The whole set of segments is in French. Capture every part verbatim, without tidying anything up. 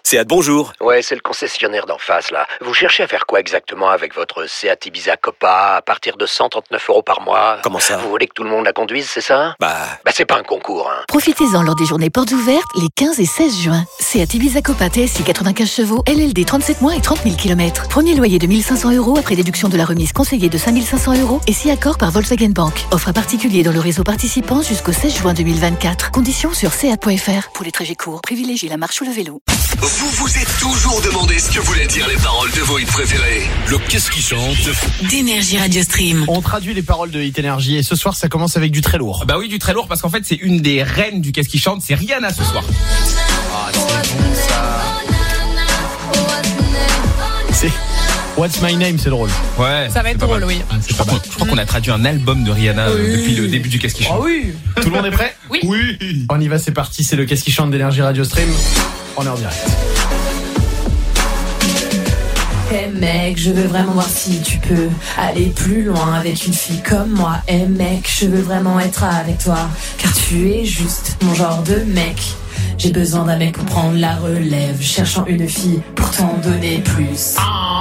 Seat, bonjour. Ouais, c'est le concessionnaire d'en face, là. Vous cherchez à faire quoi exactement avec votre Seat Ibiza Copa à partir de cent trente-neuf euros par mois? Comment ça? Vous voulez que tout le monde la conduise, c'est ça? Bah... Bah c'est pas un concours, hein. Profitez-en lors des journées portes ouvertes les quinze et seize juin. Seat Ibiza Copa T S I quatre-vingt-quinze chevaux, L L D trente-sept mois et trente mille kilomètres. Premier loyer de mille cinq cents euros après déduction de la remise conseillée de cinq mille cinq cents euros et si accord par Volkswagen Bank. Offre à particulier dans le réseau participant jusqu'au seize juin deux mille vingt-quatre. Conditions sur seat point f r. Pour les trajets courts, privilégiez la marche ou le vélo. Vous vous êtes toujours demandé ce que voulaient dire les paroles de vos hits préférés. Le Qu'est-ce qui chante d'Énergie Radio Stream. On traduit les paroles de Hit Énergie et ce soir ça commence avec du très lourd. Bah oui, du très lourd parce qu'en fait c'est une des reines du Qu'est-ce qui chante, c'est Rihanna ce soir. Ah, c'est bon ça. C'est What's My Name, c'est drôle. Ouais. Ça va être drôle, oui. Ah, je crois, qu'on, je crois qu'on a traduit un album de Rihanna oui. euh, depuis le début du Qu'est-ce qui chante. Ah oui. Tout le monde est prêt? Oui. Oui. On y va, c'est parti, c'est le Qu'est-ce qui chante d'Énergie Radio Stream. On est en direct. Hey mec, je veux vraiment voir si tu peux aller plus loin avec une fille comme moi. Hey mec, je veux vraiment être avec toi, car tu es juste mon genre de mec. J'ai besoin d'un mec pour prendre la relève, cherchant une fille pour t'en donner plus.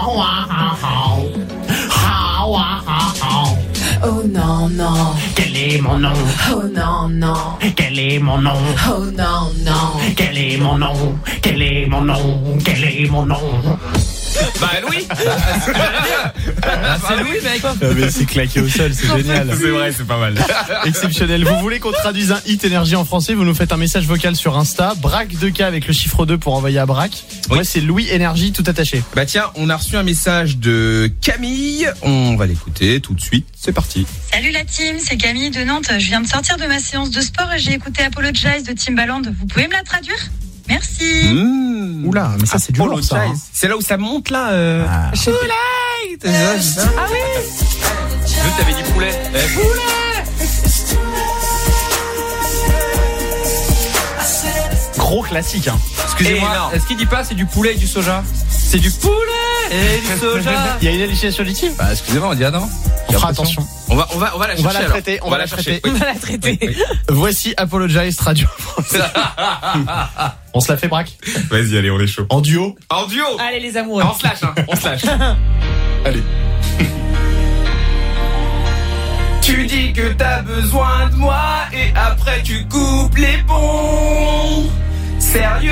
Oh non, non. Quel est mon nom? Oh non, non. Quel est mon nom? Oh non, non. Quel est mon nom? Quel est mon nom? Quel est mon nom? Bah Louis. Ah, c'est Louis mec. Ah, mais c'est claqué au sol, c'est génial. C'est vrai, c'est pas mal. Exceptionnel. Vous voulez qu'on traduise un hit Énergie en français? Vous nous faites un message vocal sur Insta, Braque deux K avec le chiffre deux pour envoyer à Braque. Oui. Moi c'est Louis Énergie tout attaché. Bah tiens, on a reçu un message de Camille. On va l'écouter tout de suite. C'est parti. Salut la team, c'est Camille de Nantes. Je viens de sortir de ma séance de sport et j'ai écouté Apologize de Timbaland. Vous pouvez me la traduire? Merci. Mmh. Oula, mais ça c'est du lourd ça. Hein. C'est là où ça monte là. Euh... Ah. Poulet. Euh, ah oui. Je t'avais dit poulet. Eh, poulet. Gros classique hein. Excusez-moi. Est-ce qu'il dit pas c'est du poulet et du soja? C'est du poulet et du soja. Il y a une élimination auditive. Bah excusez-moi, on dit ah non. On fera attention. On va, on va, on va la chercher. On va la traiter. On, on va va la chercher. On va la traiter. Oui, oui. Voici Apologize traduit en français. On se la fait, Braque? Vas-y, allez, on est chaud. En duo. En duo. Allez les amoureux. On se lâche, hein. On se lâche. Allez. Tu dis que t'as besoin de moi et après tu coupes les ponts. Sérieux?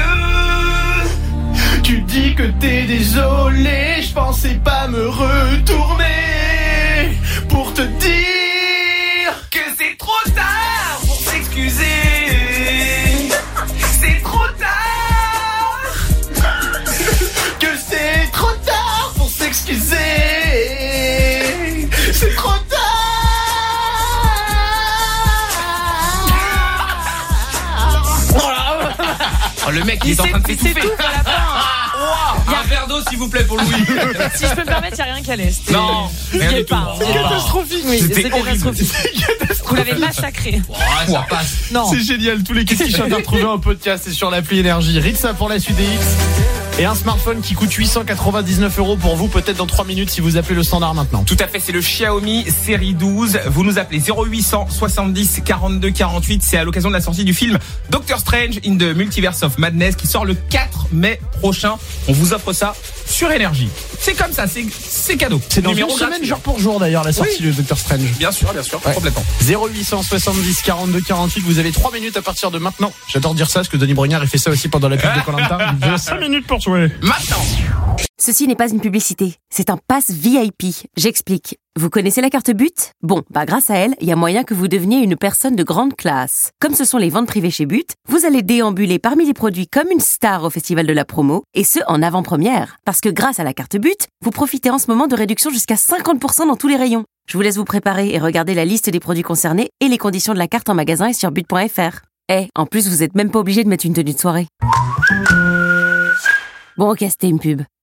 Tu dis que t'es désolé, je pensais pas me retourner pour te dire que c'est trop tard pour s'excuser. C'est trop tard. Que c'est trop tard pour s'excuser. C'est trop tard. Oh, le mec il, il est en train de s'étouffer. À la fin. Oh, un verre d'eau s'il vous plaît pour Louis. Si je peux me permettre, il n'y a rien qu'à l'est. Non, rien du tout. C'est catastrophique. Oui, C'était c'est catastrophique. Vous l'avez massacré. Oh, ça passe. Non. C'est génial, tous les Qu'est-ce qui chante à retrouver en podcast et sur l'appli Énergie. Ritza pour la suite des hits. Et un smartphone qui coûte huit cent quatre-vingt-dix-neuf euros pour vous, peut-être dans trois minutes si vous appelez le standard maintenant. Tout à fait, c'est le Xiaomi série douze. Vous nous appelez zéro huit cent soixante-dix quarante-deux quarante-huit. C'est à l'occasion de la sortie du film Doctor Strange in the Multiverse of Madness qui sort le quatre mai prochain. On vous offre ça sur Énergie. C'est comme ça, c'est, c'est cadeau. C'est dans Numéro une semaine gratuit. jour pour jour d'ailleurs la sortie oui. de Doctor Strange. Bien sûr, bien sûr, ouais. Complètement. zéro huit cent soixante-dix quarante-deux quarante-huit. Vous avez trois minutes à partir de maintenant. J'adore dire ça parce que Denis Brognard il fait ça aussi pendant la pub de Koh-Lanta. Il a cinq minutes pour jouer. Maintenant. Ceci n'est pas une publicité, c'est un pass V I P. J'explique. Vous connaissez la carte But? Bon, bah grâce à elle, il y a moyen que vous deveniez une personne de grande classe. Comme ce sont les ventes privées chez But, vous allez déambuler parmi les produits comme une star au festival de la promo, et ce en avant-première. Parce que grâce à la carte But, vous profitez en ce moment de réduction jusqu'à cinquante pour cent dans tous les rayons. Je vous laisse vous préparer et regarder la liste des produits concernés et les conditions de la carte en magasin et sur but point f r. Eh, en plus, vous êtes même pas obligé de mettre une tenue de soirée. Bon, ok, c'était une pub.